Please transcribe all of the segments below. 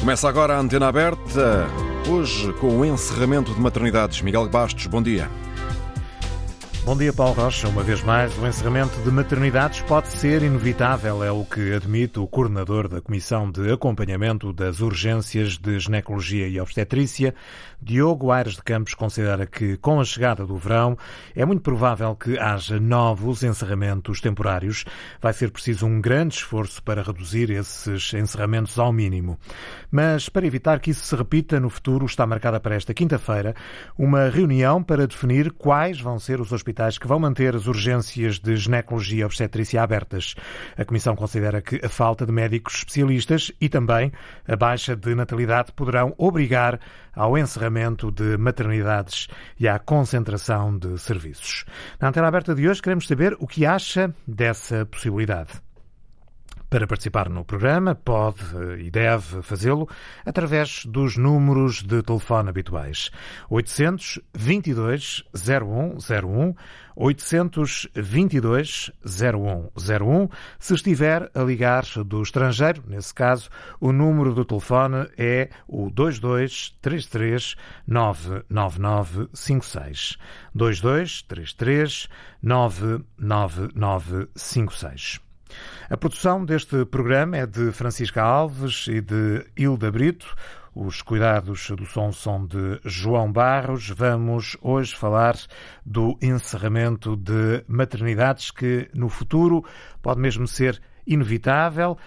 Começa agora a Antena Aberta, hoje com o encerramento de maternidades. Miguel Bastos, bom dia. Bom dia, Paulo Rocha. Uma vez mais, o encerramento de maternidades pode ser inevitável, é o que admite o coordenador da Comissão de Acompanhamento das Urgências de Ginecologia e Obstetrícia. Diogo Aires de Campos considera que, com a chegada do verão, é muito provável que haja novos encerramentos temporários. Vai ser preciso um grande esforço para reduzir esses encerramentos ao mínimo. Mas, para evitar que isso se repita no futuro, está marcada para esta quinta-feira uma reunião para definir quais vão ser os hospitais que vão manter as urgências de ginecologia e obstetrícia abertas. A Comissão considera que a falta de médicos especialistas e também a baixa de natalidade poderão obrigar ao encerramento de maternidades e à concentração de serviços. Na Antena Aberta de hoje queremos saber o que acha dessa possibilidade. Para participar no programa, pode e deve fazê-lo através dos números de telefone habituais. 822-0101, 822-0101. Se estiver a ligar do estrangeiro, nesse caso, o número do telefone é o 2233-99956. 2233-99956. A produção deste programa é de Francisca Alves e de Hilda Brito. Os cuidados do som são de João Barros. Vamos hoje falar do encerramento de maternidades que no futuro pode mesmo ser inevitável.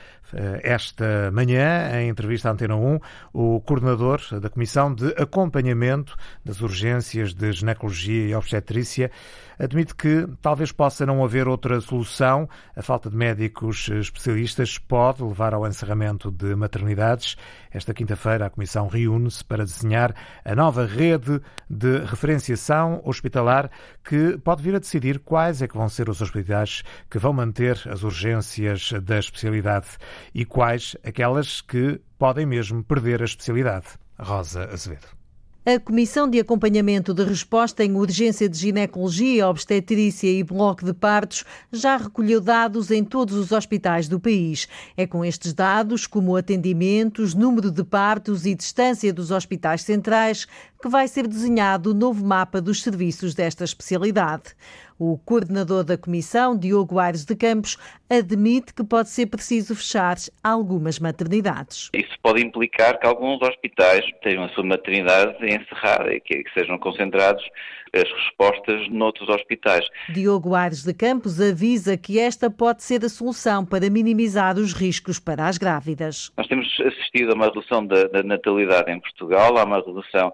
Esta manhã, em entrevista à Antena 1, o coordenador da Comissão de Acompanhamento das Urgências de Ginecologia e Obstetrícia admite que talvez possa não haver outra solução. A falta de médicos especialistas pode levar ao encerramento de maternidades. Esta quinta-feira, a Comissão reúne-se para desenhar a nova rede de referenciação hospitalar que pode vir a decidir quais é que vão ser os hospitais que vão manter as urgências da especialidade e quais aquelas que podem mesmo perder a especialidade. Rosa Azevedo. A Comissão de Acompanhamento de Resposta em Urgência de Ginecologia, Obstetrícia e Bloco de Partos já recolheu dados em todos os hospitais do país. É com estes dados, como atendimentos, número de partos e distância dos hospitais centrais, que vai ser desenhado o novo mapa dos serviços desta especialidade. O coordenador da Comissão, Diogo Aires de Campos, admite que pode ser preciso fechar algumas maternidades. Isso pode implicar que alguns hospitais tenham a sua maternidade encerrada e que sejam concentrados as respostas noutros hospitais. Diogo Aires de Campos avisa que esta pode ser a solução para minimizar os riscos para as grávidas. Nós temos assistido a uma redução da natalidade em Portugal, há uma redução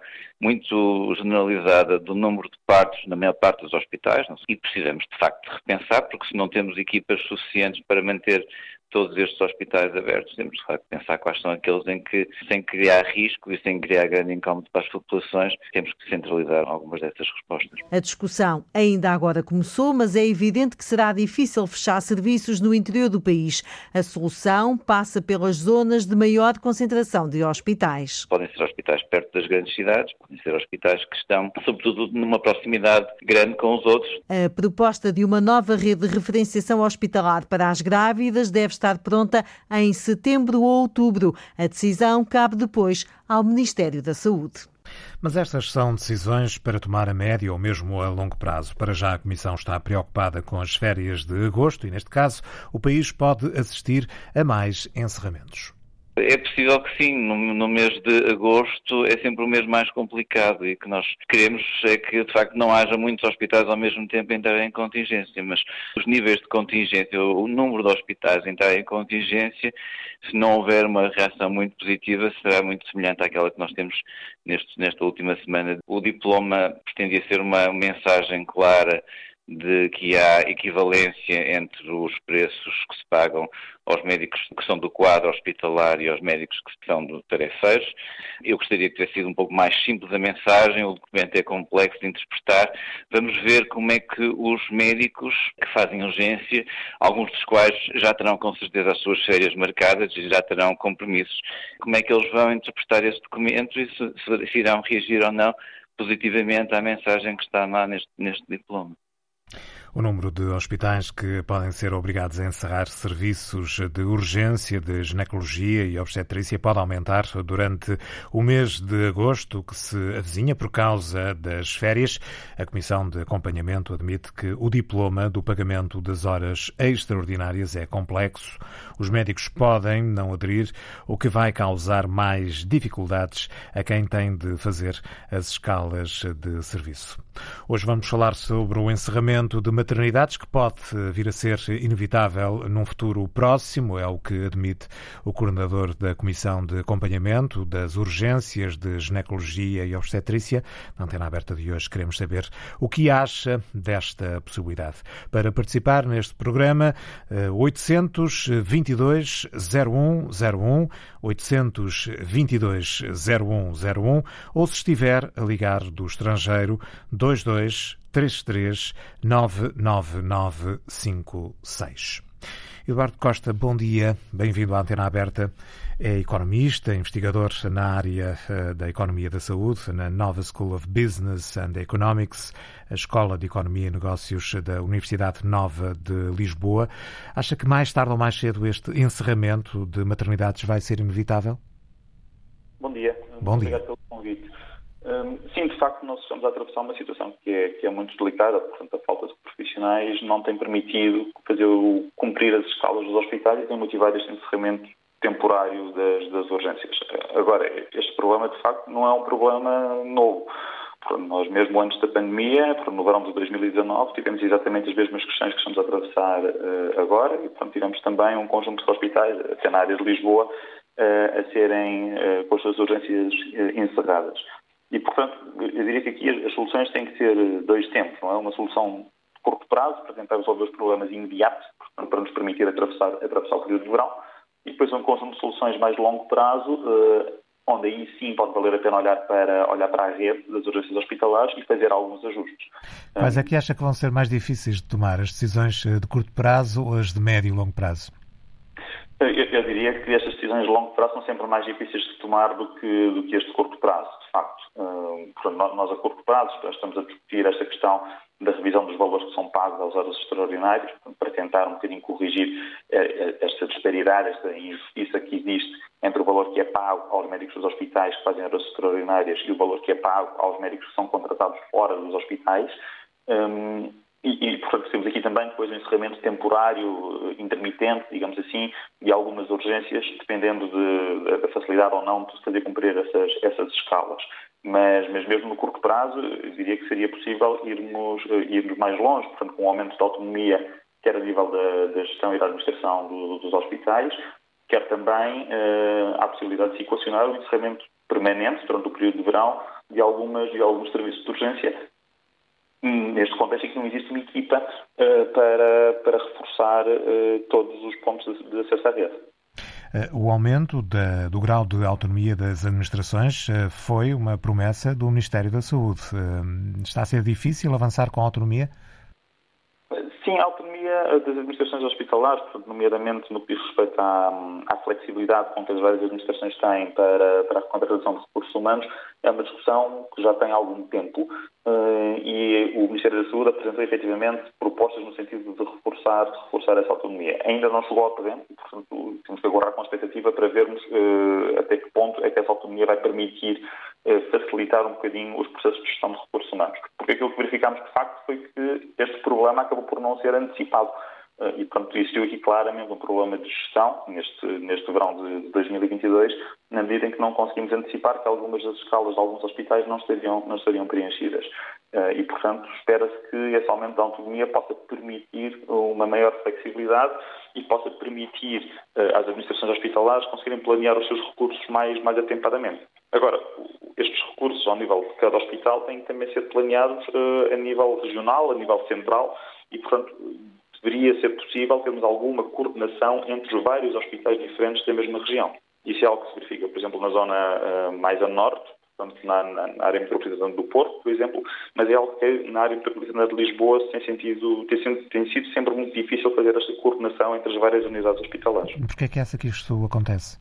muito generalizada do número de partos na maior parte dos hospitais e precisamos de facto de repensar, porque se não temos equipas suficientes para manter todos estes hospitais abertos, temos de facto pensar quais são aqueles em que, sem criar risco e sem criar grande incómodo para as populações, temos que centralizar algumas dessas respostas. A discussão ainda agora começou, mas é evidente que será difícil fechar serviços no interior do país. A solução passa pelas zonas de maior concentração de hospitais. Podem ser hospitais perto das grandes cidades, podem ser hospitais que estão, sobretudo, numa proximidade grande com os outros. A proposta de uma nova rede de referenciação hospitalar para as grávidas deve estar pronta em setembro ou outubro. A decisão cabe depois ao Ministério da Saúde. Mas estas são decisões para tomar a médio ou mesmo a longo prazo. Para já a Comissão está preocupada com as férias de agosto e, neste caso, o país pode assistir a mais encerramentos. É possível que sim, no mês de agosto é sempre o mês mais complicado e o que nós queremos é que de facto não haja muitos hospitais ao mesmo tempo a entrar em contingência, mas os níveis de contingência, o número de hospitais a entrar em contingência, se não houver uma reação muito positiva, será muito semelhante àquela que nós temos nesta última semana. O diploma pretendia ser uma mensagem clara de que há equivalência entre os preços que se pagam aos médicos que são do quadro hospitalar e aos médicos que são do tarefeiros. Eu gostaria que tivesse sido um pouco mais simples a mensagem, o documento é complexo de interpretar. Vamos ver como é que os médicos que fazem urgência, alguns dos quais já terão com certeza as suas férias marcadas e já terão compromissos, como é que eles vão interpretar esse documento e se irão reagir ou não positivamente à mensagem que está lá neste diploma. O número de hospitais que podem ser obrigados a encerrar serviços de urgência de ginecologia e obstetrícia pode aumentar durante o mês de agosto, que se avizinha por causa das férias. A Comissão de Acompanhamento admite que o diploma do pagamento das horas extraordinárias é complexo. Os médicos podem não aderir, o que vai causar mais dificuldades a quem tem de fazer as escalas de serviço. Hoje vamos falar sobre o encerramento de maternidades, que pode vir a ser inevitável num futuro próximo, é o que admite o coordenador da Comissão de Acompanhamento das Urgências de Ginecologia e Obstetrícia. Na Antena Aberta de hoje queremos saber o que acha desta possibilidade. Para participar neste programa, 822-0101, 822-0101, ou se estiver a ligar do estrangeiro, 2233 99956. Eduardo Costa, bom dia, bem-vindo à Antena Aberta. É economista, investigador na área da economia da saúde, na Nova School of Business and Economics, a Escola de Economia e Negócios da Universidade Nova de Lisboa. Acha que mais tarde ou mais cedo este encerramento de maternidades vai ser inevitável? Bom dia. Bom dia. Obrigado pelo convite. Sim, de facto, nós estamos a atravessar uma situação que é muito delicada. Portanto, a falta de profissionais não tem permitido cumprir as escalas dos hospitais e tem motivado este encerramento temporário das urgências. Agora, este problema, de facto, não é um problema novo. Portanto, nós, mesmo antes da pandemia, no verão de 2019, tivemos exatamente as mesmas questões que estamos a atravessar agora e, portanto, tivemos também um conjunto de hospitais, até na área de Lisboa, a serem com as suas urgências encerradas. E, portanto, eu diria que aqui as soluções têm que ter dois tempos, não é? Uma solução de curto prazo, para tentar resolver os problemas imediatos, portanto, para nos permitir atravessar o período de verão, e depois um conjunto de soluções mais de longo prazo, onde aí sim pode valer a pena olhar para a rede das urgências hospitalares e fazer alguns ajustes. Quais é que acha que vão ser mais difíceis de tomar, as decisões de curto prazo ou as de médio e longo prazo? Eu diria que estas decisões de longo prazo são sempre mais difíceis de tomar do que este de curto prazo, de facto. Nós a curto prazo estamos a discutir esta questão da revisão dos valores que são pagos às horas extraordinárias, para tentar um bocadinho corrigir esta disparidade, esta injustiça que existe entre o valor que é pago aos médicos dos hospitais que fazem horas extraordinárias e o valor que é pago aos médicos que são contratados fora dos hospitais. Portanto, temos aqui também depois um encerramento temporário, intermitente, digamos assim, de algumas urgências, dependendo da facilidade ou não de fazer cumprir essas escalas. Mas mesmo no curto prazo, eu diria que seria possível irmos mais longe, portanto, com um aumento de autonomia, quer a nível da gestão e da administração dos hospitais, quer também a possibilidade de se equacionar o encerramento permanente, durante o período de verão, de alguns serviços de urgência, neste contexto em que não existe uma equipa para reforçar todos os pontos de acesso à rede. O aumento do grau de autonomia das administrações foi uma promessa do Ministério da Saúde. Está a ser difícil avançar com a autonomia? Sim, a autonomia das administrações hospitalares, nomeadamente no que diz respeito à flexibilidade com que as várias administrações têm para a contratação de recursos humanos, é uma discussão que já tem algum tempo e o Ministério da Saúde apresentou efetivamente propostas no sentido de reforçar essa autonomia. Ainda não chegou ao terreno, portanto temos que aguardar com expectativa para vermos até que ponto é que essa autonomia vai permitir facilitar um bocadinho os processos de gestão de recursos humanos. Porque aquilo que verificámos de facto foi que este problema acabou por não ser antecipado. E, portanto, existiu aqui claramente um problema de gestão neste verão de 2022, na medida em que não conseguimos antecipar que algumas das escalas de alguns hospitais não estariam preenchidas. E, portanto, espera-se que esse aumento da autonomia possa permitir uma maior flexibilidade e possa permitir às administrações hospitalares conseguirem planear os seus recursos mais atempadamente. Agora, estes recursos ao nível de cada hospital têm que também ser planeados a nível regional, a nível central e, portanto, deveria ser possível termos alguma coordenação entre os vários hospitais diferentes da mesma região. Isso é algo que se verifica, por exemplo, na zona mais a norte, portanto, na área metropolitana do Porto, por exemplo, mas é algo que na área metropolitana de Lisboa tem sido sempre muito difícil fazer esta coordenação entre as várias unidades hospitalares. Porquê é que acha que isto acontece?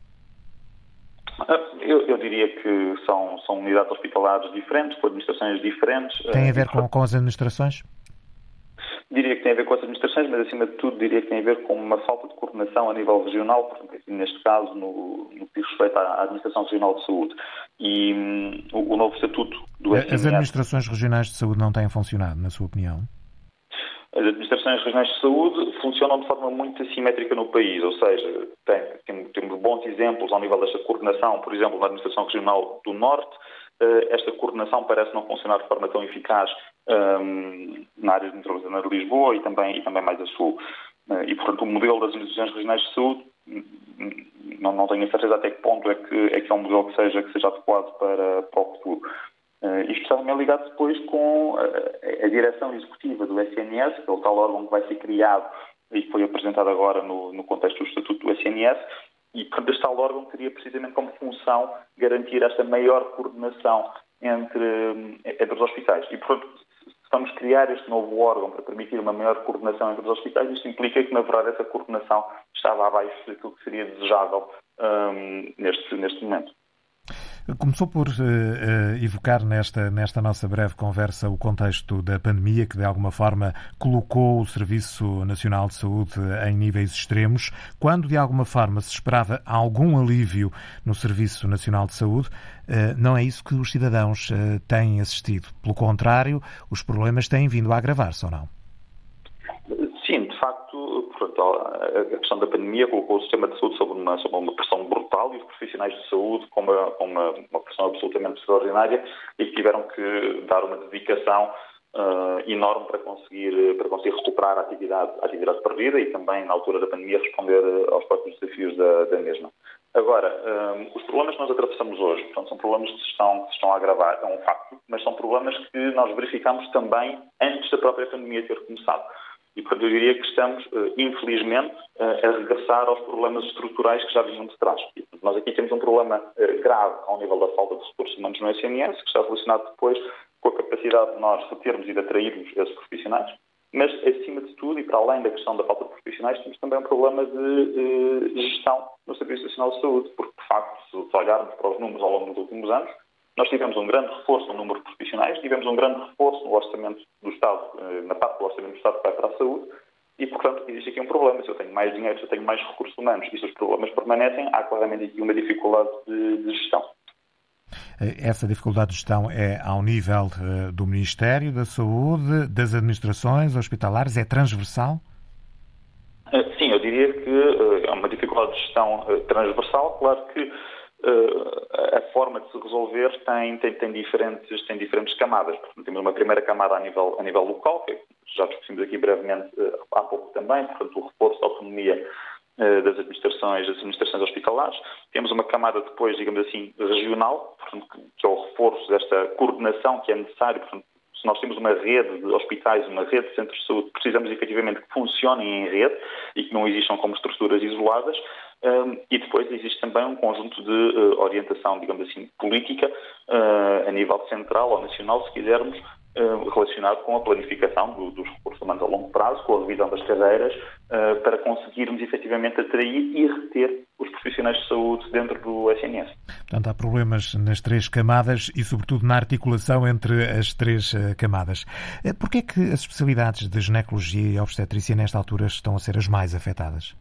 Eu diria que são unidades hospitalares diferentes, com administrações diferentes. Tem a ver com as administrações? Diria que tem a ver com as administrações, mas acima de tudo diria que tem a ver com uma falta de coordenação a nível regional, portanto, neste caso no que diz respeito à Administração Regional de Saúde. E o novo estatuto do SNS... As administrações regionais de saúde não têm funcionado, na sua opinião? As administrações regionais de saúde funcionam de forma muito assimétrica no país, ou seja, temos bons exemplos ao nível desta coordenação, por exemplo, na Administração Regional do Norte. Esta coordenação parece não funcionar de forma tão eficaz na área metropolitana de Lisboa e também mais a sul. E, portanto, o modelo das administrações regionais de saúde, não tenho a certeza até que ponto é que é um modelo que seja adequado para o futuro. Isto está também ligado depois com a direção executiva do SNS, que é o tal órgão que vai ser criado e que foi apresentado agora no contexto do Estatuto do SNS, e, portanto, este tal órgão teria precisamente como função garantir esta maior coordenação entre os hospitais. E, portanto, se vamos criar este novo órgão para permitir uma maior coordenação entre os hospitais, isto implica que, na verdade, essa coordenação estava abaixo daquilo que seria desejável neste momento. Começou por evocar nesta nossa breve conversa o contexto da pandemia, que de alguma forma colocou o Serviço Nacional de Saúde em níveis extremos. Quando de alguma forma se esperava algum alívio no Serviço Nacional de Saúde, não é isso que os cidadãos têm assistido. Pelo contrário, os problemas têm vindo a agravar-se, ou não? Sim, de facto, portanto, a questão da pandemia colocou o sistema de saúde sobre uma pressão brutal e os profissionais de saúde com uma pressão absolutamente extraordinária e que tiveram que dar uma dedicação enorme para conseguir recuperar a atividade perdida e também, na altura da pandemia, responder aos próprios desafios da mesma. Agora, os problemas que nós atravessamos hoje, portanto, são problemas que se estão a agravar, é um facto, mas são problemas que nós verificamos também antes da própria pandemia ter começado. E, portanto, eu diria que estamos, infelizmente, a regressar aos problemas estruturais que já vinham de trás. E, portanto, nós aqui temos um problema grave ao nível da falta de recursos humanos no SNS, que está relacionado depois com a capacidade de nós retermos e de atrairmos esses profissionais. Mas, acima de tudo, e para além da questão da falta de profissionais, temos também um problema de gestão no Serviço Nacional de Saúde, porque, de facto, se olharmos para os números ao longo dos últimos anos, nós tivemos um grande reforço no número de profissionais, tivemos um grande reforço no orçamento do Estado, na parte do orçamento do Estado que vai para a saúde, e, portanto, existe aqui um problema. Se eu tenho mais dinheiro, se eu tenho mais recursos humanos e se os problemas permanecem, há claramente aqui uma dificuldade de gestão. Essa dificuldade de gestão é ao nível do Ministério da Saúde, das administrações hospitalares, é transversal? Sim, eu diria que é uma dificuldade de gestão transversal. Claro que a forma de se resolver tem diferentes camadas. Portanto, temos uma primeira camada a nível local, que já discutimos aqui brevemente há pouco também, portanto, o reforço da autonomia das administrações hospitalares. Temos uma camada depois, digamos assim, regional, portanto, que é o reforço desta coordenação que é necessário. Portanto, se nós temos uma rede de hospitais, uma rede de centros de saúde, precisamos efetivamente que funcionem em rede e que não existam como estruturas isoladas. E depois existe também um conjunto de orientação, digamos assim, política a nível central ou nacional, se quisermos, relacionado com a planificação dos recursos humanos a longo prazo, com a revisão das carreiras, para conseguirmos efetivamente atrair e reter os profissionais de saúde dentro do SNS. Portanto, há problemas nas três camadas e, sobretudo, na articulação entre as três camadas. Porquê é que as especialidades de ginecologia e obstetrícia, nesta altura, estão a ser as mais afetadas?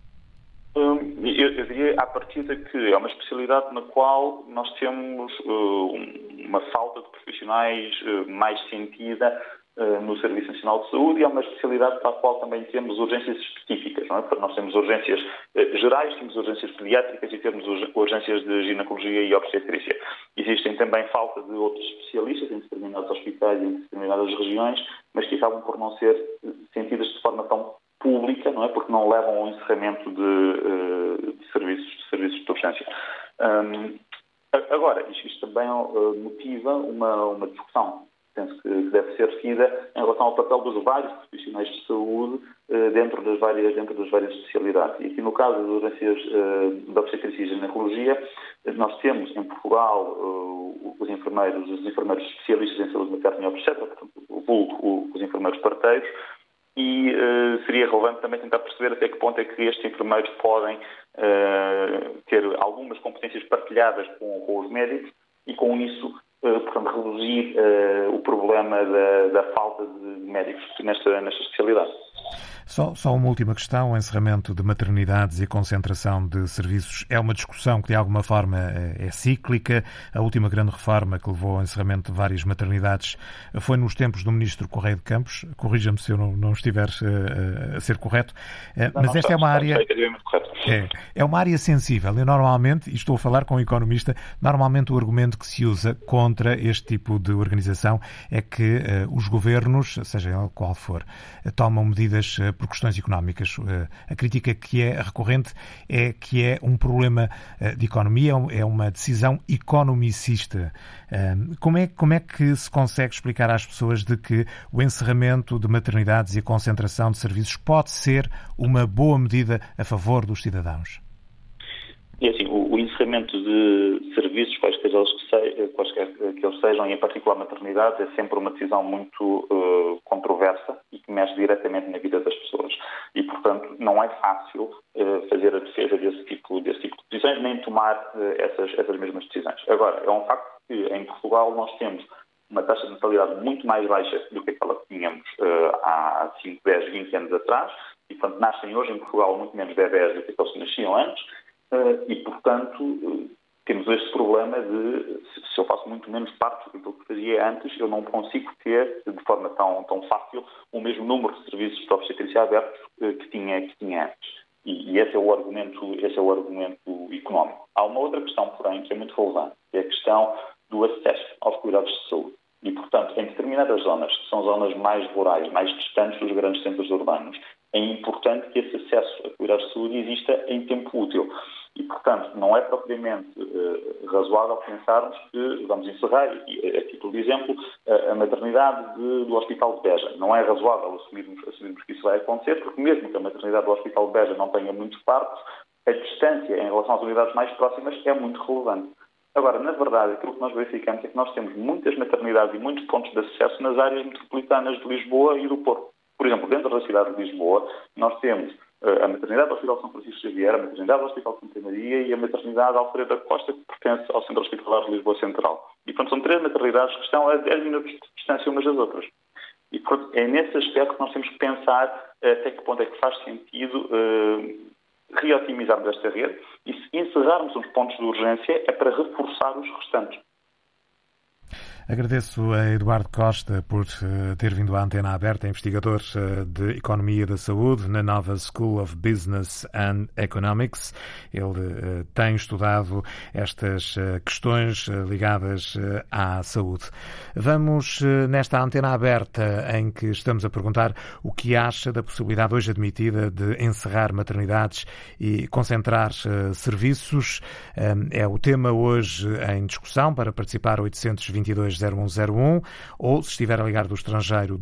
Eu diria, à partida, que é uma especialidade na qual nós temos uma falta de profissionais mais sentida no Serviço Nacional de Saúde e é uma especialidade para a qual também temos urgências específicas, não é? Porque nós temos urgências gerais, temos urgências pediátricas e temos urgências de ginecologia e obstetrícia. Existem também falta de outros especialistas em determinados hospitais e em determinadas regiões, mas que acabam por não ser sentidas de forma tão pública, não é? Porque não levam ao encerramento de serviços de urgência. Agora, isto também motiva uma discussão, penso que deve ser tida em relação ao papel dos vários profissionais de saúde dentro das várias especialidades. E aqui no caso das urgências da obstetrícia e ginecologia, nós temos em Portugal os enfermeiros especialistas em saúde materna e obstétrica, portanto, os enfermeiros parteiros, e seria relevante também tentar perceber até que ponto é que estes enfermeiros podem ter algumas competências partilhadas com os médicos e, com isso, portanto, reduzir o problema da falta de médicos nesta especialidade. Só uma última questão. O encerramento de maternidades e a concentração de serviços é uma discussão que, de alguma forma, é cíclica. A última grande reforma que levou ao encerramento de várias maternidades foi nos tempos do ministro Correia de Campos. Corrija-me se eu não estiver a ser correto. Mas esta é uma área... É uma área sensível e normalmente, e estou a falar com um economista, normalmente o argumento que se usa contra este tipo de organização é que os governos, seja ele qual for, tomam medidas por questões económicas. A crítica que é recorrente é que é um problema de economia, é uma decisão economicista. Como é que se consegue explicar às pessoas de que o encerramento de maternidades e a concentração de serviços pode ser uma boa medida a favor dos cidadãos? E assim, o encerramento de serviços, quaisquer que eles sejam, e em particular maternidades, é sempre uma decisão muito controversa e que mexe diretamente na vida das pessoas. E, portanto, não é fácil fazer a defesa desse tipo de decisões, nem tomar essas mesmas decisões. Agora, é um facto que em Portugal nós temos uma taxa de natalidade muito mais baixa do que aquela que tínhamos há 5, 10, 20 anos atrás, e, portanto, nascem hoje em Portugal muito menos bebés do que aqueles que nasciam antes, e, portanto, temos este problema de, se eu faço muito menos partos do que fazia antes, eu não consigo ter, de forma tão fácil, o mesmo número de serviços de obstetrícia abertos que tinha antes. E esse é o argumento económico. Há uma outra questão, porém, que é muito relevante, que é a questão do acesso aos cuidados de saúde. E, portanto, em determinadas zonas, que são zonas mais rurais, mais distantes dos grandes centros urbanos, é importante que esse acesso a cuidados de saúde exista em tempo útil. E, portanto, não é propriamente razoável pensarmos que vamos encerrar, a título de exemplo, a maternidade do Hospital de Beja. Não é razoável assumirmos que isso vai acontecer, porque mesmo que a maternidade do Hospital de Beja não tenha muitos partos, a distância em relação às unidades mais próximas é muito relevante. Agora, na verdade, aquilo que nós verificamos é que nós temos muitas maternidades e muitos pontos de acesso nas áreas metropolitanas de Lisboa e do Porto. Por exemplo, dentro da cidade de Lisboa, nós temos a maternidade do Hospital São Francisco Xavier, a maternidade do Hospital Santa Maria e a maternidade Alfredo da Costa, que pertence ao Centro Hospitalar de Lisboa Central. E, portanto, são 3 maternidades que estão a 10 minutos de distância umas das outras. E, portanto, é nesse aspecto que nós temos que pensar até que ponto é que faz sentido reotimizarmos esta rede, e se encerrarmos os pontos de urgência é para reforçar os restantes. Agradeço a Eduardo Costa por ter vindo à Antena Aberta, investigador de Economia da Saúde na Nova School of Business and Economics. Ele tem estudado estas questões ligadas à saúde. Vamos, nesta Antena Aberta, em que estamos a perguntar o que acha da possibilidade hoje admitida de encerrar maternidades e concentrar serviços. É o tema hoje em discussão. Para participar, 822-0101, ou, se estiver a ligar do estrangeiro,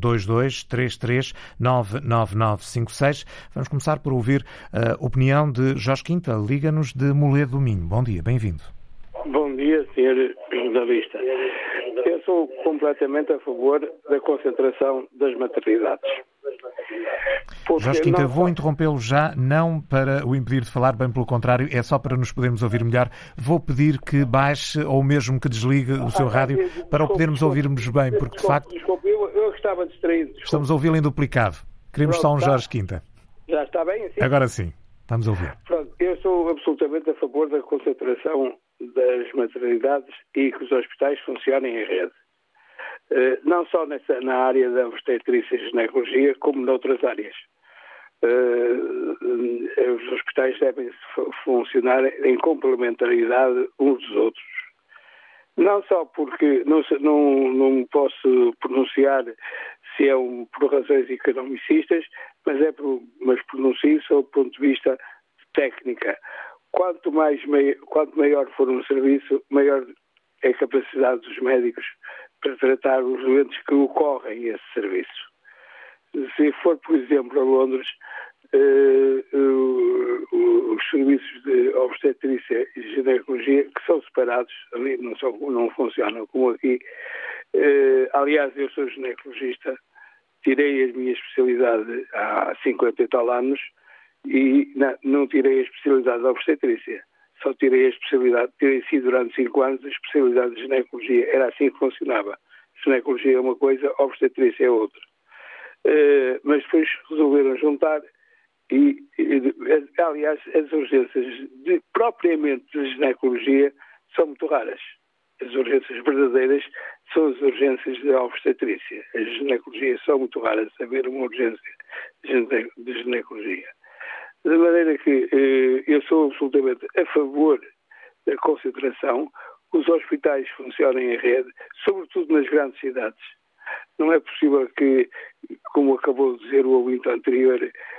2233-99956. Vamos começar por ouvir a opinião de Jorge Quinta. Liga-nos de Moledo do Minho. Bom dia, bem-vindo. Bom dia, Sr. Jornalista. Eu sou completamente a favor da concentração das maternidades. Jorge Quinta, vou interrompê-lo já, não para o impedir de falar, bem pelo contrário, é só para nos podermos ouvir melhor. Vou pedir que baixe ou mesmo que desligue o seu rádio para o podermos ouvirmos bem, porque de facto... Desculpe, eu estava distraído. Desculpe. Estamos a ouvi-lo em duplicado. Queremos só um Jorge Quinta. Já está bem assim? Agora sim, vamos ouvir. Pronto, eu sou absolutamente a favor da concentração das maternidades e que os hospitais funcionem em rede. Não só na área da obstetrícia e ginecologia, como noutras áreas. Os hospitais devem funcionar em complementaridade uns dos outros. Não só porque não posso pronunciar se é por razões economicistas, mas pronuncio sob o ponto de vista de técnica. Quanto maior for um serviço, maior é a capacidade dos médicos para tratar os doentes que ocorrem esse serviço. Se for, por exemplo, a Londres, os serviços de obstetrícia e ginecologia, que são separados, ali não funcionam como aqui. Aliás, eu sou ginecologista, tirei a minha especialidade há 50 e tal anos e não tirei a especialidade de obstetrícia. só tirei a especialidade, tirei sido durante 5 anos a especialidade de ginecologia, era assim que funcionava. Ginecologia é uma coisa, obstetrícia é outra. Mas depois resolveram juntar e aliás, as urgências propriamente de ginecologia são muito raras. As urgências verdadeiras são as urgências de obstetrícia. As ginecologias são muito raras, haver uma urgência de ginecologia. De maneira que eu sou absolutamente a favor da concentração, que os hospitais funcionem em rede, sobretudo nas grandes cidades. Não é possível que, como acabou de dizer o ouvinte anterior,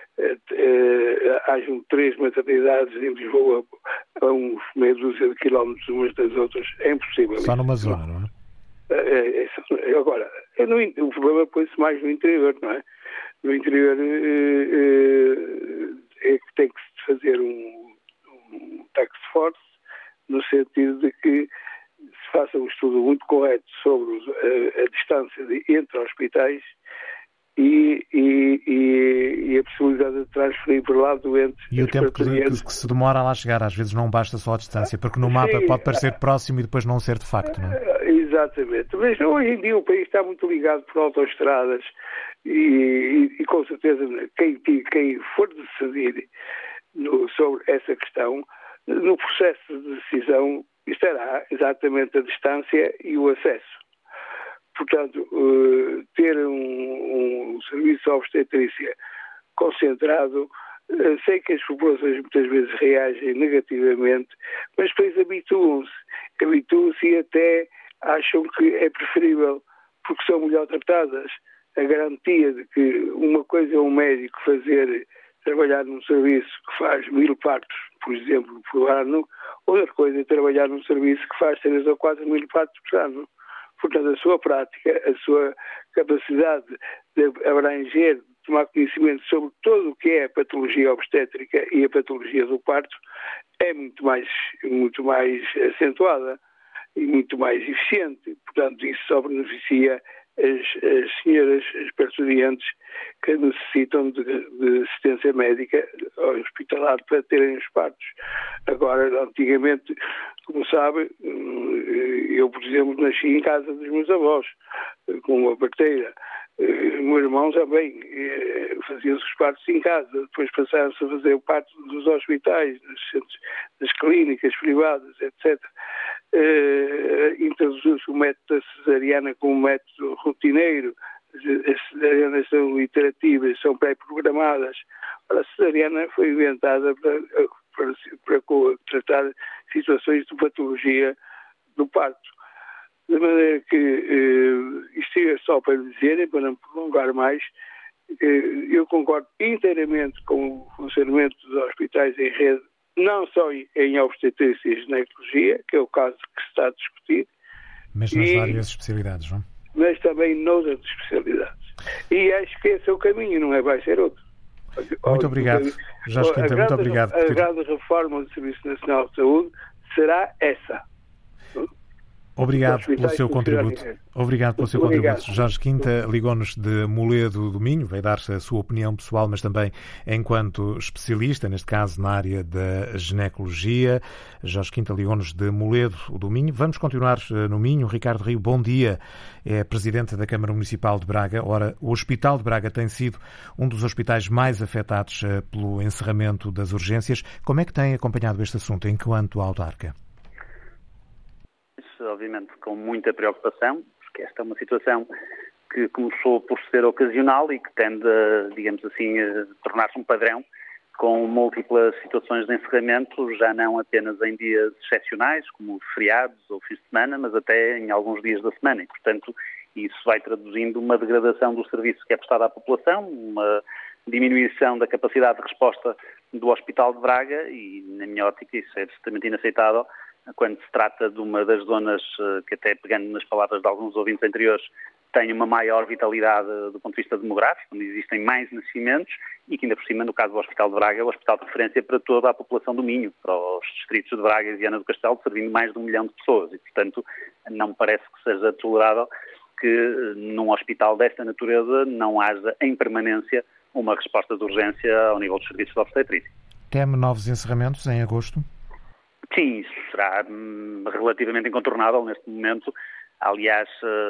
hajam 3 maternidades em Lisboa a uns meia dúzia de quilómetros umas das outras. É impossível. Só numa zona, não é? Agora, o problema põe-se mais no interior, não é? No interior é que tem que se fazer um task force, no sentido de que se faça um estudo muito correto sobre a distância entre hospitais e a possibilidade de transferir para lá doentes. E o tempo que se demora a lá chegar, às vezes não basta só a distância, porque no mapa pode parecer próximo e depois não ser de facto, não é? Exatamente. Mas hoje em dia o país está muito ligado por autoestradas e com certeza quem for decidir sobre essa questão, no processo de decisão estará exatamente a distância e o acesso. Portanto, ter um serviço de obstetrícia concentrado, sei que as populações muitas vezes reagem negativamente, mas depois habituam-se e até acham que é preferível, porque são melhor tratadas. A garantia de que uma coisa é um médico trabalhar num serviço que faz 1000 partos, por exemplo, por ano, outra coisa é trabalhar num serviço que faz 3 ou 4 mil partos por ano. Portanto, a sua prática, a sua capacidade de abranger, de tomar conhecimento sobre todo o que é a patologia obstétrica e a patologia do parto é muito mais acentuada e muito mais eficiente. Portanto, isso só beneficia as senhoras, as parturientes que necessitam de assistência médica hospitalar para terem os partos. Agora, antigamente, como sabe, eu, por exemplo, nasci em casa dos meus avós, com uma parteira. O meu irmão também fazia-se os partos em casa, depois passaram-se a fazer o parto dos hospitais, das clínicas privadas, etc. Introduziu-se o método da cesariana como método rotineiro. As cesarianas são iterativas, são pré-programadas. A cesariana foi inventada para tratar situações de patologia do parto. De maneira que isto é só para lhe dizer, e para não prolongar mais, eu concordo inteiramente com o funcionamento dos hospitais em rede, não só em obstetrícia e ginecologia, que é o caso que se está a discutir, mas nas várias especialidades, não? Mas também noutras especialidades. E acho que esse é o caminho, não vai ser outro. Muito obrigado, Jorge Quinta, muito obrigado. A grande reforma do Serviço Nacional de Saúde será essa. Obrigado pelo seu contributo. Obrigado pelo seu contributo. Jorge Quinta ligou-nos de Moledo do Minho, veio dar-se a sua opinião pessoal, mas também enquanto especialista, neste caso na área da ginecologia. Jorge Quinta ligou-nos de Moledo do Minho. Vamos continuar no Minho. Ricardo Rio, bom dia. É presidente da Câmara Municipal de Braga. Ora, o Hospital de Braga tem sido um dos hospitais mais afetados pelo encerramento das urgências. Como é que tem acompanhado este assunto enquanto autarca? Obviamente com muita preocupação, porque esta é uma situação que começou por ser ocasional e que tende, digamos assim, a tornar-se um padrão com múltiplas situações de encerramento, já não apenas em dias excepcionais, como feriados ou fins de semana, mas até em alguns dias da semana. E, portanto, isso vai traduzindo uma degradação do serviço que é prestado à população, uma diminuição da capacidade de resposta do Hospital de Braga e, na minha ótica, isso é absolutamente inaceitável quando se trata de uma das zonas que, até pegando nas palavras de alguns ouvintes anteriores, tem uma maior vitalidade do ponto de vista demográfico, onde existem mais nascimentos e que, ainda por cima, no caso do Hospital de Braga, é o hospital de referência para toda a população do Minho, para os distritos de Braga e Viana do Castelo, servindo mais de 1 milhão de pessoas. E, portanto, não me parece que seja tolerável que num hospital desta natureza não haja, em permanência, uma resposta de urgência ao nível dos serviços de obstetrícia. Teme novos encerramentos em agosto? Sim, isso será relativamente incontornável neste momento. Aliás,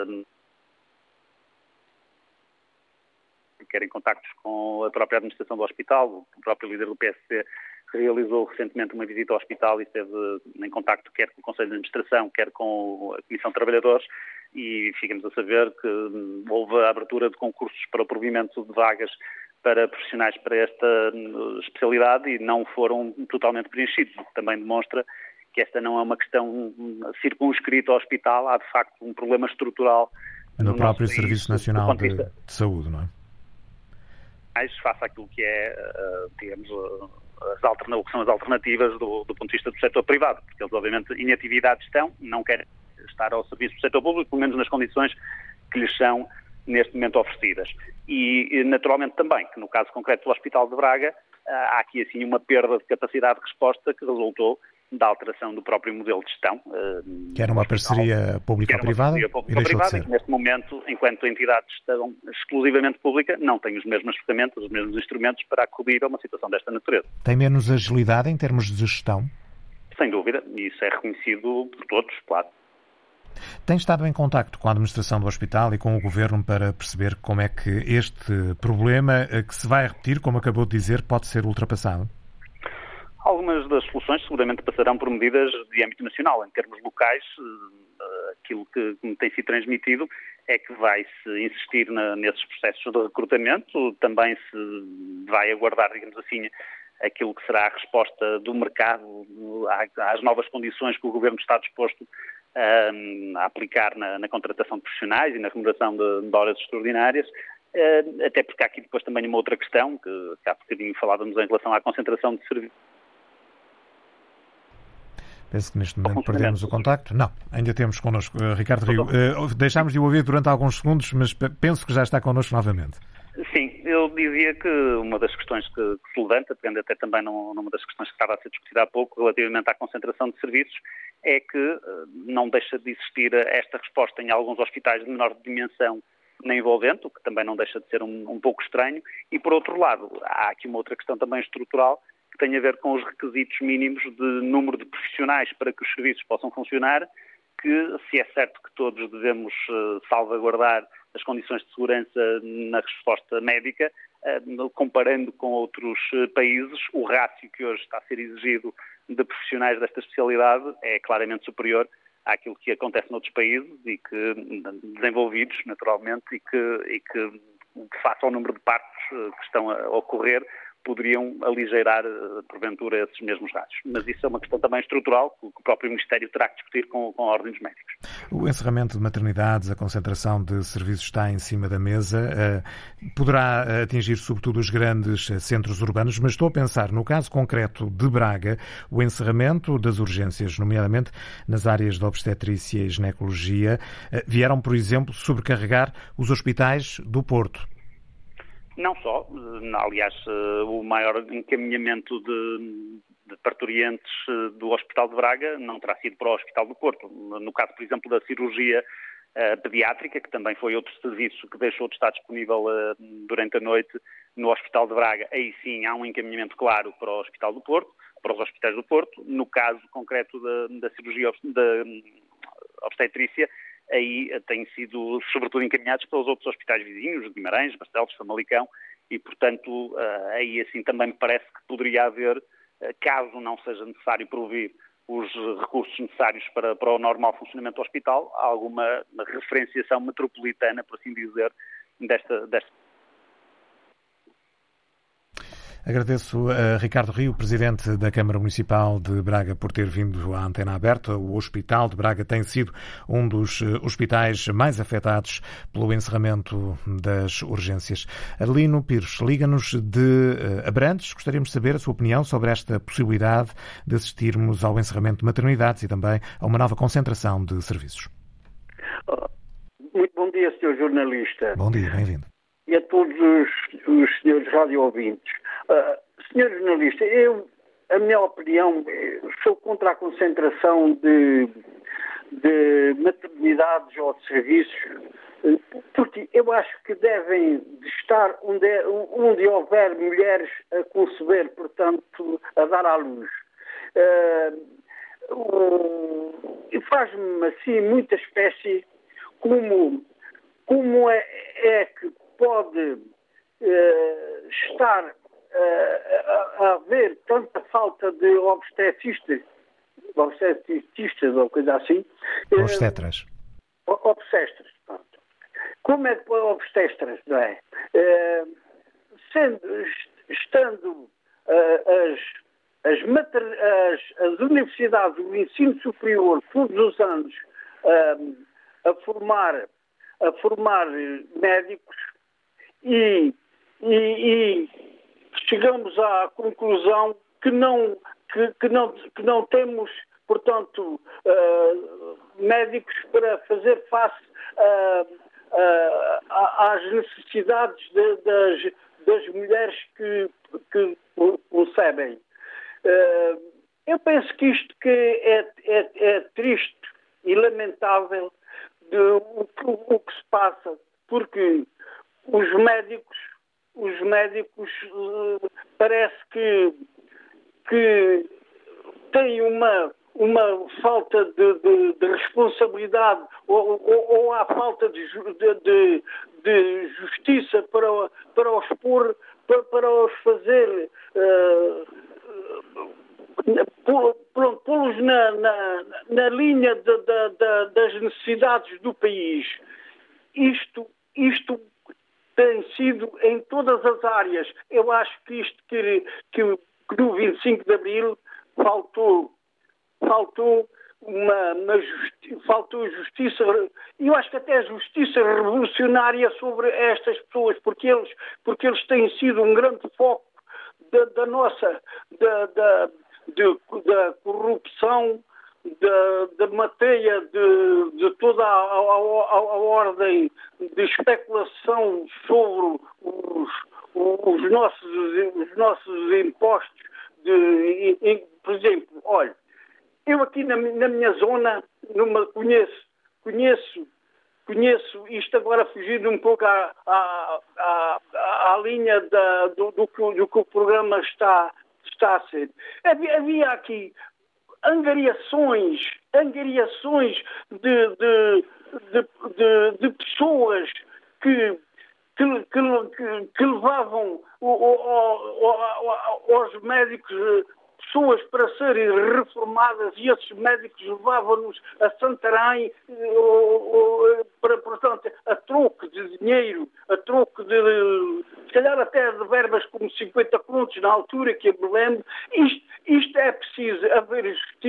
quer em contactos com a própria administração do hospital, o próprio líder do PSC realizou recentemente uma visita ao hospital e esteve em contacto quer com o Conselho de Administração, quer com a Comissão de Trabalhadores, e ficamos a saber que houve a abertura de concursos para o provimento de vagas para profissionais para esta especialidade e não foram totalmente preenchidos, o que também demonstra que esta não é uma questão circunscrita ao hospital, há de facto um problema estrutural no próprio Serviço Nacional de Saúde, não é? Face àquilo que é, digamos, o que são as alternativas do ponto de vista do setor privado, porque eles obviamente em atividade estão, não querem estar ao serviço do setor público, pelo menos nas condições que lhes são neste momento oferecidas. E naturalmente também, que no caso concreto do Hospital de Braga, há aqui assim uma perda de capacidade de resposta que resultou da alteração do próprio modelo de gestão. Que era uma parceria público-privada e deixou de ser. Neste momento, enquanto entidade de gestão exclusivamente pública, não tem as mesmas ferramentas, os mesmos instrumentos para acudir a uma situação desta natureza. Tem menos agilidade em termos de gestão? Sem dúvida, e isso é reconhecido por todos, claro. Tem estado em contacto com a administração do hospital e com o governo para perceber como é que este problema, que se vai repetir, como acabou de dizer, pode ser ultrapassado? Algumas das soluções seguramente passarão por medidas de âmbito nacional. Em termos locais, aquilo que tem sido transmitido é que vai-se insistir nesses processos de recrutamento, também se vai aguardar, digamos assim, aquilo que será a resposta do mercado às novas condições que o Governo está disposto a aplicar na contratação de profissionais e na remuneração de horas extraordinárias, até porque há aqui depois também uma outra questão, que há bocadinho falávamos em relação à concentração de serviços. Penso que neste momento perdemos o contacto. Não, ainda temos connosco Ricardo Rio. Deixámos de o ouvir durante alguns segundos, mas penso que já está connosco novamente. Sim, eu dizia que uma das questões que se levanta, pegando até também numa das questões que estava a ser discutida há pouco, relativamente à concentração de serviços, é que não deixa de existir esta resposta em alguns hospitais de menor dimensão na envolvente, o que também não deixa de ser um pouco estranho, e por outro lado, há aqui uma outra questão também estrutural, que tem a ver com os requisitos mínimos de número de profissionais para que os serviços possam funcionar, que se é certo que todos devemos salvaguardar as condições de segurança na resposta médica, comparando com outros países, o rácio que hoje está a ser exigido de profissionais desta especialidade é claramente superior àquilo que acontece noutros países e que desenvolvidos, naturalmente, e que face ao número de partos que estão a ocorrer, poderiam aligeirar, porventura, esses mesmos dados. Mas isso é uma questão também estrutural que o próprio Ministério terá que discutir com a Ordem dos Médicos. O encerramento de maternidades, a concentração de serviços está em cima da mesa, poderá atingir sobretudo os grandes centros urbanos, mas estou a pensar, no caso concreto de Braga, o encerramento das urgências, nomeadamente nas áreas de obstetrícia e ginecologia, vieram, por exemplo, sobrecarregar os hospitais do Porto. Não só, aliás, o maior encaminhamento de parturientes do Hospital de Braga não terá sido para o Hospital do Porto. No caso, por exemplo, da cirurgia pediátrica, que também foi outro serviço que deixou de estar disponível durante a noite no Hospital de Braga, aí sim há um encaminhamento claro para o Hospital do Porto, para os hospitais do Porto. No caso concreto da cirurgia da obstetrícia, aí têm sido, sobretudo, encaminhados pelos outros hospitais vizinhos, Guimarães, Barcelos, Famalicão, e, portanto, aí assim também me parece que poderia haver, caso não seja necessário provir os recursos necessários para o normal funcionamento do hospital, alguma referenciação metropolitana, por assim dizer, desta. Agradeço a Ricardo Rio, Presidente da Câmara Municipal de Braga, por ter vindo à Antena Aberta. O Hospital de Braga tem sido um dos hospitais mais afetados pelo encerramento das urgências. Adelino Pires, liga-nos de Abrantes. Gostaríamos de saber a sua opinião sobre esta possibilidade de assistirmos ao encerramento de maternidades e também a uma nova concentração de serviços. Muito bom dia, Sr. Jornalista. Bom dia, bem-vindo. E a todos os senhores radio-ouvintes. Senhor Jornalista, a minha opinião, sou contra a concentração de maternidades ou de serviços, porque eu acho que devem de estar onde houver mulheres a conceber, portanto, a dar à luz. E faz-me assim muita espécie como é que pode estar a haver tanta falta de obstetricistas ou coisa assim. Obstetras. Obstetras, pronto. Como é que obstetras, não é? Estando as universidades, o ensino superior, todos os anos a formar médicos e chegamos à conclusão que não temos, portanto, médicos para fazer face às necessidades das mulheres que concebem. Eu penso que isto que é triste e lamentável o que se passa, porque os médicos parece que têm uma falta de responsabilidade ou há falta de justiça para os pôr, para os fazer pô-los na linha das necessidades do país. Isto tem sido em todas as áreas. Eu acho que isto que no 25 de Abril faltou justiça, e eu acho que até justiça revolucionária sobre estas pessoas, porque eles têm sido um grande foco da corrupção, da matéria de toda a ordem de especulação sobre os nossos impostos. Por exemplo, olha, eu aqui na minha zona conheço isto agora fugindo um pouco à linha do que o programa está a ser. Havia aqui angariações de pessoas que levavam aos médicos pessoas para serem reformadas, e esses médicos levavam-nos a Santarém, portanto, a troco de dinheiro, a troco se calhar até de verbas como 50 contos na altura, que eu me lembro. Isto é preciso haver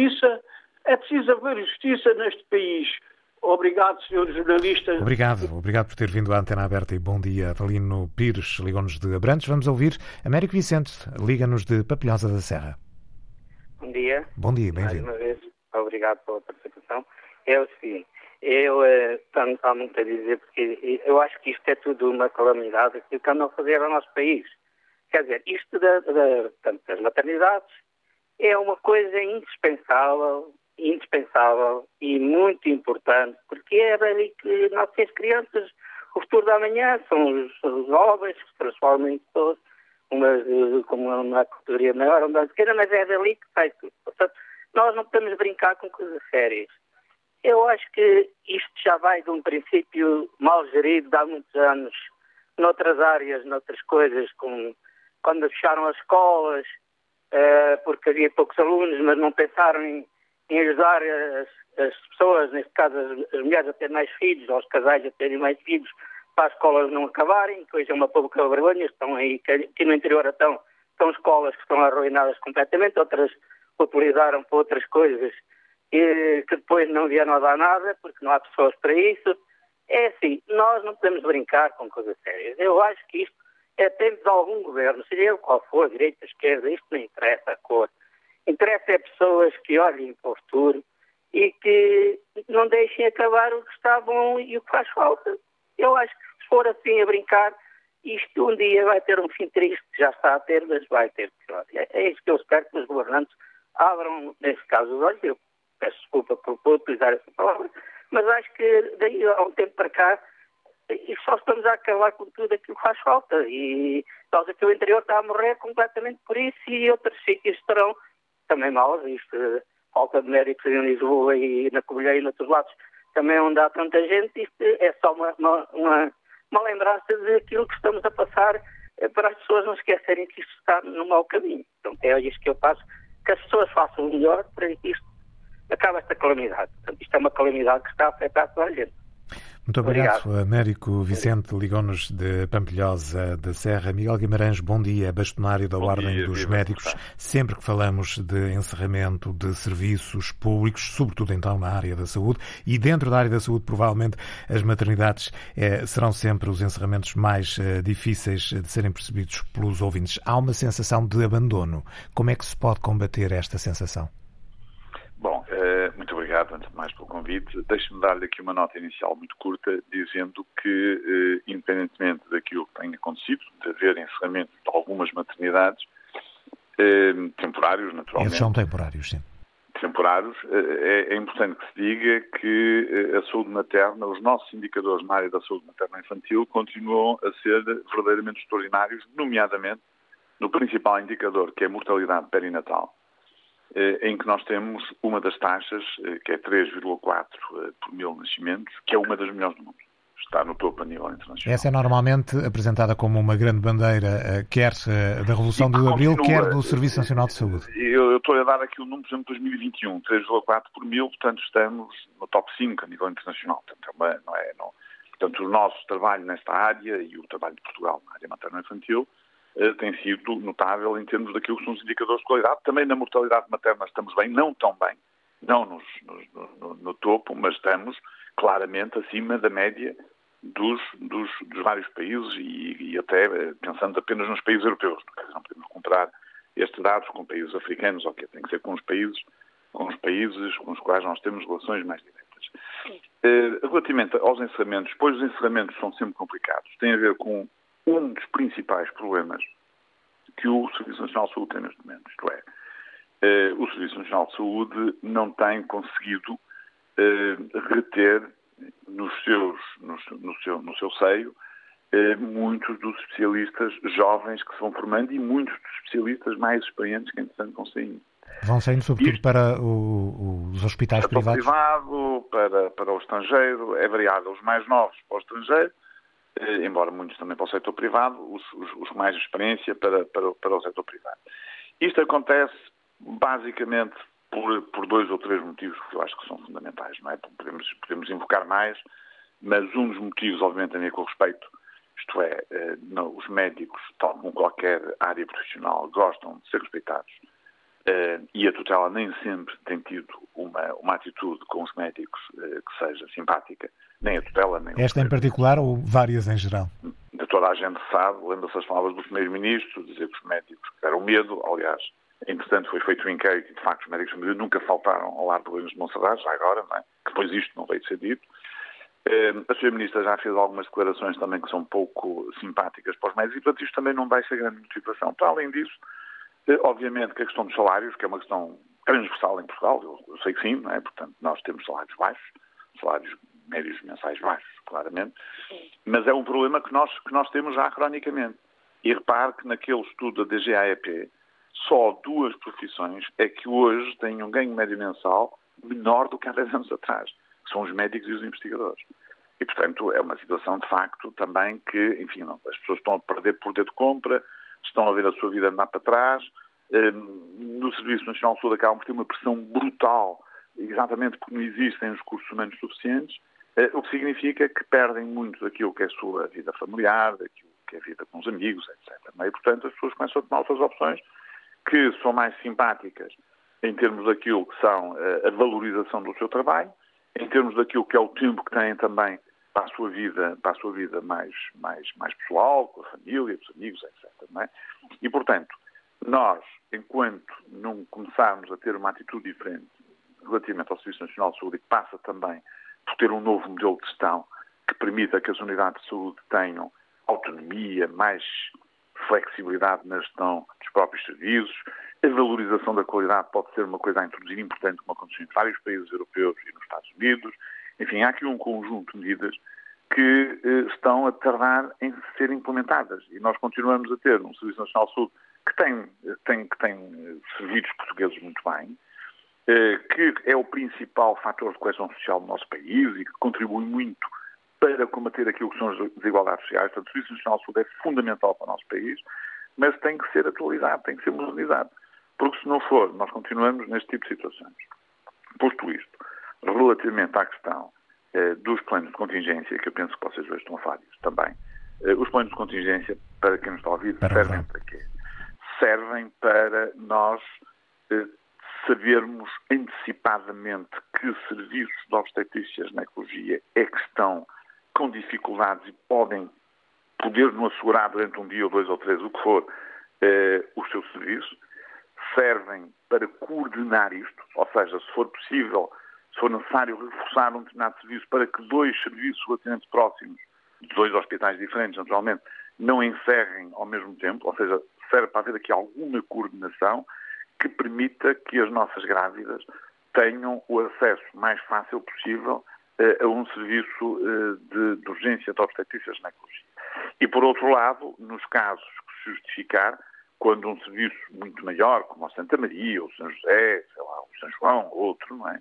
justiça neste país. Obrigado, senhores jornalistas. Obrigado por ter vindo à Antena Aberta e bom dia. Adelino Pires ligou-nos de Abrantes. Vamos ouvir Américo Vicente, liga-nos de Papilhosa da Serra. Bom dia. Bom dia, mais bem-vindo. uma vez, obrigado pela participação. É o seguinte, eu há muito a dizer, porque eu acho que isto é tudo uma calamidade que andam a fazer ao nosso país. Quer dizer, isto das maternidades é uma coisa indispensável e muito importante, porque é ali que nossas crianças, o futuro da manhã, são os jovens que se transformam em pessoas, como uma categoria maior, uma pequena, mas é dali que sai tudo. Portanto, nós não podemos brincar com coisas sérias. Eu acho que isto já vai de um princípio mal gerido de há muitos anos, noutras áreas, noutras coisas, como quando fecharam as escolas, porque havia poucos alunos, mas não pensaram em ajudar as pessoas, neste caso as mulheres a terem mais filhos, ou os casais a terem mais filhos, para as escolas não acabarem, que hoje é uma pouca vergonha. Estão aí, aqui no interior estão escolas que estão arruinadas completamente, outras utilizaram para outras coisas e que depois não vieram a dar nada, porque não há pessoas para isso. É assim, nós não podemos brincar com coisas sérias. Eu acho que isto é tempo de algum governo, seja ele qual for, direita, esquerda, isto não interessa a cor. Interessa é pessoas que olhem para o futuro e que não deixem acabar o que está bom e o que faz falta. Eu acho que se for assim a brincar, isto um dia vai ter um fim triste, já está a ter, mas vai ter pior. É isso que eu espero que os governantes abram, nesse caso, os olhos. Eu peço desculpa por utilizar essa palavra, mas acho que daí a um tempo para cá e só estamos a acabar com tudo aquilo que faz falta. E nós aqui o interior está a morrer completamente por isso, e outros sítios estarão também mal. Isto falta de médicos em Lisboa e na Covilhã e noutros lados, também onde há tanta gente, isto é só uma lembrança daquilo que estamos a passar para as pessoas não esquecerem que isto está no mau caminho. Então é isso que eu faço, que as pessoas façam o melhor para que isto acabe esta calamidade. Portanto, isto é uma calamidade que está a afetar toda a gente. Muito obrigado. Américo Vicente ligou-nos de Pampilhosa da Serra. Miguel Guimarães, bom dia, bastonário da Ordem dos Médicos. Sempre que falamos de encerramento de serviços públicos, sobretudo então na área da saúde, e dentro da área da saúde provavelmente as maternidades serão sempre os encerramentos mais difíceis de serem percebidos pelos ouvintes. Há uma sensação de abandono. Como é que se pode combater esta sensação? Bom, muito obrigado, antes de mais, pelo convite. Deixe-me dar-lhe aqui uma nota inicial muito curta, dizendo que, independentemente daquilo que tenha acontecido, de haver encerramento de algumas maternidades, temporários, naturalmente. Esses são temporários, sim. Temporários, é importante que se diga que a saúde materna, os nossos indicadores na área da saúde materno-infantil continuam a ser verdadeiramente extraordinários, nomeadamente no principal indicador, que é a mortalidade perinatal, em que nós temos uma das taxas, que é 3,4 por mil nascimentos, que é uma das melhores do mundo. Está no topo a nível internacional. Essa é normalmente apresentada como uma grande bandeira, quer da Revolução de Abril, quer do Serviço Nacional de Saúde. Eu estou a dar aqui o número, por exemplo, de 2021, 3,4 por mil, portanto estamos no top 5 a nível internacional. Portanto, o nosso trabalho nesta área e o trabalho de Portugal na área materno-infantil tem sido notável em termos daquilo que são os indicadores de qualidade. Também na mortalidade materna estamos bem, não tão bem, não no topo, mas estamos claramente acima da média dos vários países e até pensando apenas nos países europeus. Não podemos comparar estes dados com países africanos, ok, tem que ser com os países com os quais nós temos relações mais diretas. Relativamente aos encerramentos, pois os encerramentos são sempre complicados. Tem a ver com um dos principais problemas que o Serviço Nacional de Saúde tem neste momento, isto é, o Serviço Nacional de Saúde não tem conseguido reter no seu seio muitos dos especialistas jovens que se vão formando e muitos dos especialistas mais experientes que, entretanto, vão saindo. Vão saindo, sobretudo, para os hospitais privados? Para o estrangeiro, é variável. Os mais novos para o estrangeiro, embora muitos também para o setor privado, os com mais experiência para o setor privado. Isto acontece basicamente por dois ou três motivos que eu acho que são fundamentais, não é? Podemos invocar mais, mas um dos motivos, obviamente, tem a ver com o respeito, isto é, os médicos, tal como qualquer área profissional, gostam de ser respeitados e a tutela nem sempre tem tido uma atitude com os médicos que seja simpática, nem a tutela, nem esta em particular ou várias em geral? De toda a gente sabe, lembra-se as palavras do primeiro-ministro, dizer que os médicos tiveram medo, aliás, entretanto foi feito um inquérito e de facto os médicos de família nunca faltaram ao lar de Belém de Monserrat, já agora, não é? Que depois isto não veio ser dito. A Sra. Ministra já fez algumas declarações também que são pouco simpáticas para os médicos e portanto isto também não vai ser grande motivação. Para além disso, obviamente que a questão dos salários, que é uma questão transversal em Portugal, eu sei que sim, não é? Portanto, nós temos salários baixos, salários médios mensais baixos, claramente, mas é um problema que nós temos já cronicamente. E repare que naquele estudo da DGAEP, só 2 profissões é que hoje têm um ganho médio mensal menor do que há 10 anos atrás, que são os médicos e os investigadores. E, portanto, é uma situação, de facto, também que, enfim, as pessoas estão a perder poder de compra, estão a ver a sua vida andar para trás. No Serviço Nacional de Saúde acabam por ter uma pressão brutal, exatamente porque não existem os recursos humanos suficientes, o que significa que perdem muito daquilo que é a sua vida familiar, daquilo que é a vida com os amigos, etc. E, portanto, as pessoas começam a tomar outras opções que são mais simpáticas em termos daquilo que são a valorização do seu trabalho, em termos daquilo que é o tempo que têm também para a sua vida mais pessoal, com a família, com os amigos, etc. Não é? E, portanto, nós, enquanto não começarmos a ter uma atitude diferente relativamente ao Serviço Nacional de Saúde, e que passa também por ter um novo modelo de gestão que permita que as unidades de saúde tenham autonomia, mais flexibilidade na gestão dos próprios serviços, a valorização da qualidade pode ser uma coisa a introduzir importante, como aconteceu em vários países europeus e nos Estados Unidos. Enfim, há aqui um conjunto de medidas que estão a tardar em ser implementadas. E nós continuamos a ter um Serviço Nacional de Saúde que tem servido os portugueses muito bem, que é o principal fator de coesão social do nosso país e que contribui muito para combater aquilo que são as desigualdades sociais. Portanto, o Serviço Nacional de Saúde é fundamental para o nosso país, mas tem que ser atualizado, tem que ser modernizado. Porque se não for, nós continuamos neste tipo de situações. Posto isto, relativamente à questão dos planos de contingência, que eu penso que vocês hoje estão a falar disso também, os planos de contingência, para quem nos está a ouvir, servem para quê? Servem para nós sabermos antecipadamente que serviços de obstetrícia e ginecologia é que estão com dificuldades e poder não assegurar durante um dia ou 2 ou 3, o que for, os seus serviços. Servem para coordenar isto, ou seja, se for possível, se for necessário reforçar um determinado serviço para que 2 serviços relativamente próximos, de 2 hospitais diferentes, naturalmente, não encerrem ao mesmo tempo, ou seja, serve para haver aqui alguma coordenação que permita que as nossas grávidas tenham o acesso mais fácil possível a um serviço de urgência de obstetrícia e ginecologia. E, por outro lado, nos casos que se justificar, quando um serviço muito maior, como o Santa Maria, ou o São José, sei lá, o São João, outro, não é?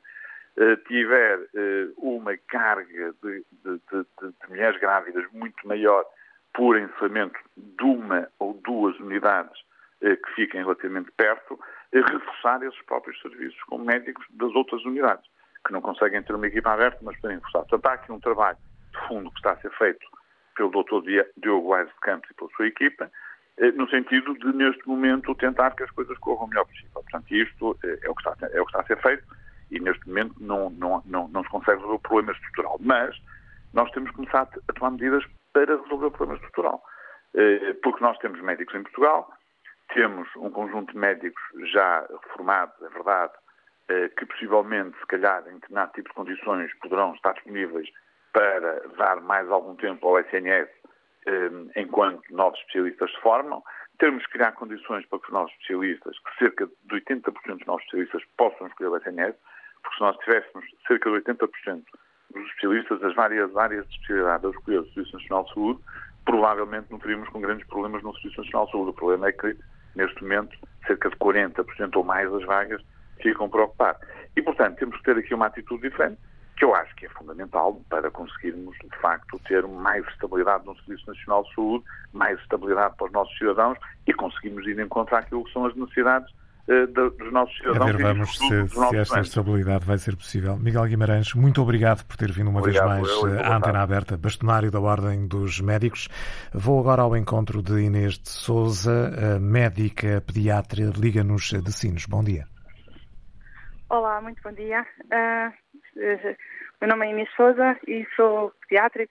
Tiver uma carga de mulheres grávidas muito maior por encerramento de 1 ou 2 unidades que fiquem relativamente perto, reforçar esses próprios serviços com médicos das outras unidades, que não conseguem ter uma equipa aberta, mas podem reforçar. Portanto, há aqui um trabalho de fundo que está a ser feito pelo Dr. Diogo Aires de Campos e pela sua equipa, no sentido de, neste momento, tentar que as coisas corram o melhor possível. Portanto, isto é o que está a ser feito e, neste momento, não se consegue resolver o problema estrutural. Mas nós temos que começar a tomar medidas para resolver o problema estrutural. Porque nós temos médicos em Portugal, temos um conjunto de médicos já reformados, é verdade, que possivelmente, se calhar, em determinado tipo de condições, poderão estar disponíveis para dar mais algum tempo ao SNS enquanto novos especialistas se formam. Temos que criar condições para que os novos especialistas, que cerca de 80% dos novos especialistas possam escolher o SNS, porque se nós tivéssemos cerca de 80% dos especialistas, das várias áreas de especialidade a escolher o Serviço Nacional de Saúde, provavelmente não teríamos com grandes problemas no Serviço Nacional de Saúde. O problema é que, neste momento, cerca de 40% ou mais das vagas ficam por ocupar. E, portanto, temos que ter aqui uma atitude diferente, que eu acho que é fundamental para conseguirmos, de facto, ter mais estabilidade no Serviço Nacional de Saúde, mais estabilidade para os nossos cidadãos e conseguirmos ir encontrar aquilo que são as necessidades dos nossos cidadãos. A ver, vamos se esta estabilidade vai ser possível. Miguel Guimarães, muito obrigado por ter vindo uma vez mais à Antena Aberta, bastonário da Ordem dos Médicos. Vou agora ao encontro de Inês de Sousa, médica pediatra, Liga-nos de Sines. Bom dia. Olá, muito bom dia. Meu nome é Inês Sousa e sou pediatra.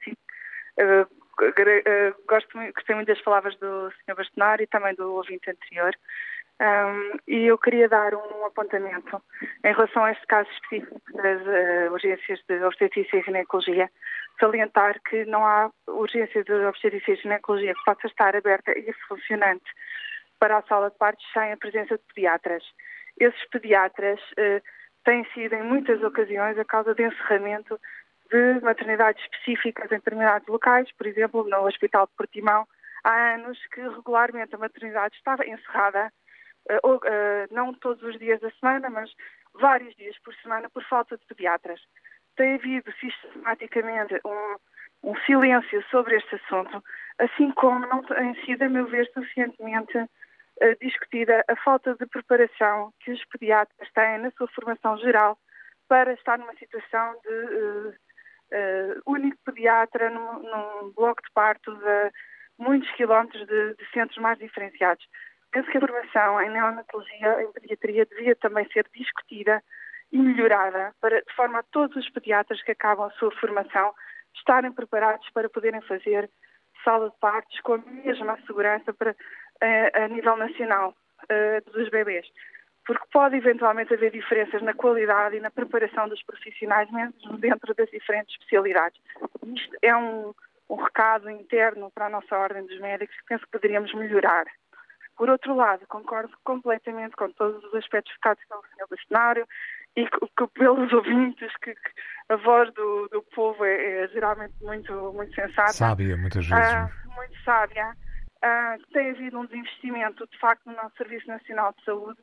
Gostei muito das palavras do Sr. Bastonário e também do ouvinte anterior. E eu queria dar um apontamento em relação a este caso específico das urgências de obstetrícia e ginecologia, salientar que não há urgência de obstetrícia e ginecologia que possa estar aberta e funcionante para a sala de partos sem a presença de pediatras. Esses pediatras têm sido, em muitas ocasiões, a causa de encerramento de maternidades específicas em determinados locais. Por exemplo, no Hospital de Portimão, há anos que regularmente a maternidade estava encerrada, não todos os dias da semana, mas vários dias por semana, por falta de pediatras. Tem havido sistematicamente um silêncio sobre este assunto, assim como não tem sido, a meu ver, suficientemente discutida a falta de preparação que os pediatras têm na sua formação geral para estar numa situação de único pediatra num bloco de partos a muitos quilómetros de centros mais diferenciados. Penso que a formação em neonatologia, em pediatria, devia também ser discutida e melhorada de forma a todos os pediatras que acabam a sua formação estarem preparados para poderem fazer sala de partos com a mesma segurança a nível nacional dos bebês. Porque pode eventualmente haver diferenças na qualidade e na preparação dos profissionais, mesmo dentro das diferentes especialidades. Isto é um recado interno para a nossa Ordem dos Médicos que penso que poderíamos melhorar. Por outro lado, concordo completamente com todos os aspectos focados pelo Sr. Bastonário e pelos ouvintes que a voz do povo é geralmente muito sensata. Sábia, muitas vezes. Muito sábia. Tem havido um desinvestimento, de facto, no nosso Serviço Nacional de Saúde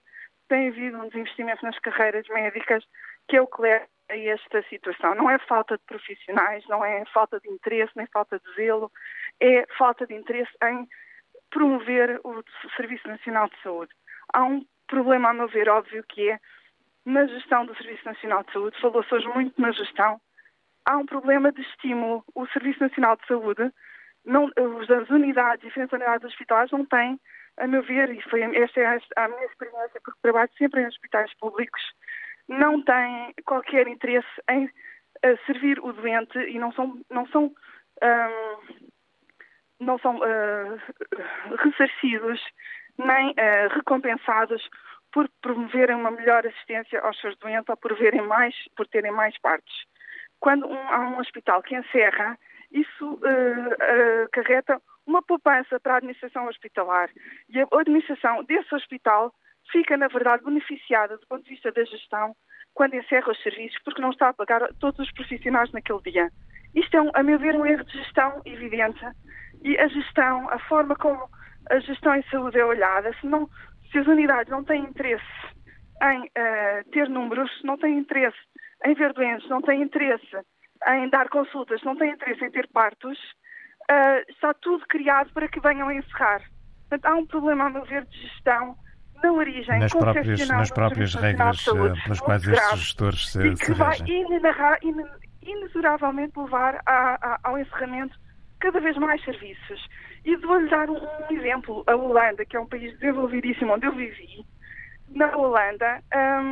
tem havido um desinvestimento nas carreiras médicas, que é o que leva a esta situação. Não é falta de profissionais, não é falta de interesse, nem falta de zelo, é falta de interesse em promover o Serviço Nacional de Saúde. Há um problema, a meu ver, óbvio, que é na gestão do Serviço Nacional de Saúde. Falou-se hoje muito na gestão. Há um problema de estímulo. O Serviço Nacional de Saúde, as unidades, diferentes unidades hospitalares não têm, a meu ver, e esta é a minha experiência, porque trabalho sempre em hospitais públicos, não têm qualquer interesse em servir o doente e não são ressarcidos nem recompensados por promoverem uma melhor assistência aos seus doentes ou por terem mais partes. Quando há um hospital que encerra, isso acarreta uma poupança para a administração hospitalar. E a administração desse hospital fica, na verdade, beneficiada do ponto de vista da gestão quando encerra os serviços, porque não está a pagar todos os profissionais naquele dia. Isto é, a meu ver, um erro de gestão evidente. E a gestão, a forma como a gestão em saúde é olhada, se as unidades não têm interesse em ter números, não têm interesse em ver doentes, não têm interesse em dar consultas, não têm interesse em ter partos, está tudo criado para que venham a encerrar. Portanto, há um problema, a meu ver, de gestão na origem, nas próprias regras pelas quais estes gestores se que vai regem. inexoravelmente levar ao encerramento cada vez mais serviços. E vou-lhe dar um exemplo. A Holanda, que é um país desenvolvidíssimo onde eu vivi, na Holanda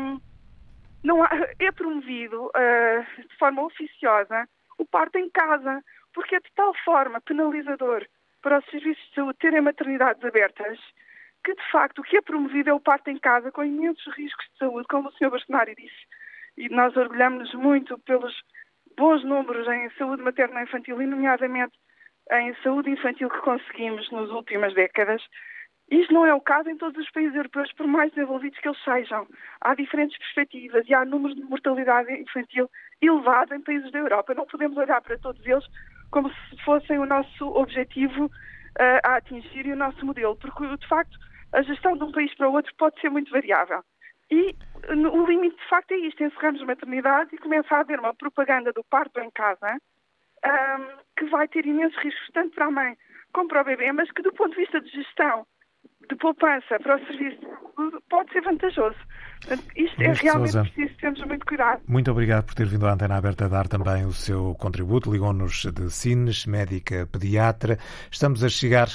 é promovido de forma oficiosa o parto em casa, porque é de tal forma penalizador para os serviços de saúde terem maternidades abertas que, de facto, o que é promovido é o parto em casa, com imensos riscos de saúde, como o Sr. Bastonário disse. E nós orgulhamos-nos muito pelos bons números em saúde materno-infantil, e nomeadamente em saúde infantil que conseguimos nas últimas décadas. Isto não é o caso em todos os países europeus, por mais desenvolvidos que eles sejam. Há diferentes perspectivas e há números de mortalidade infantil elevados em países da Europa. Não podemos olhar para todos eles como se fossem o nosso objetivo a atingir e o nosso modelo, porque, de facto, a gestão de um país para o outro pode ser muito variável. E o limite, de facto, é isto. Encerramos maternidades e começa a haver uma propaganda do parto em casa que vai ter imensos riscos, tanto para a mãe como para o bebê, mas que, do ponto de vista de gestão, de poupança para o serviço, pode ser vantajoso. Portanto, isto é realmente preciso, temos muito cuidado. Muito obrigado por ter vindo à Antena Aberta a dar também o seu contributo. Ligou-nos de Sines, médica pediatra. Estamos a chegar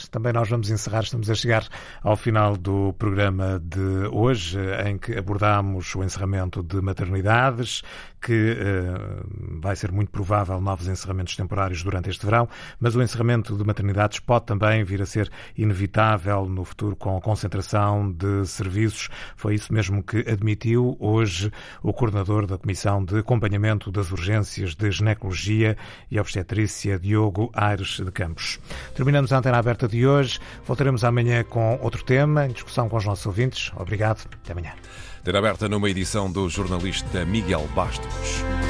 ao final do programa de hoje, em que abordámos o encerramento de maternidades, que vai ser muito provável novos encerramentos temporários durante este verão, mas o encerramento de maternidades pode também vir a ser inevitável no futuro com a concentração de serviços. Foi isso mesmo que admitiu hoje o coordenador da Comissão de Acompanhamento das Urgências de Ginecologia e Obstetrícia, Diogo Aires de Campos. Terminamos a Antena Aberta de hoje. Voltaremos amanhã com outro tema, em discussão com os nossos ouvintes. Obrigado. Até amanhã. Antena Aberta numa edição do jornalista Miguel Bastos.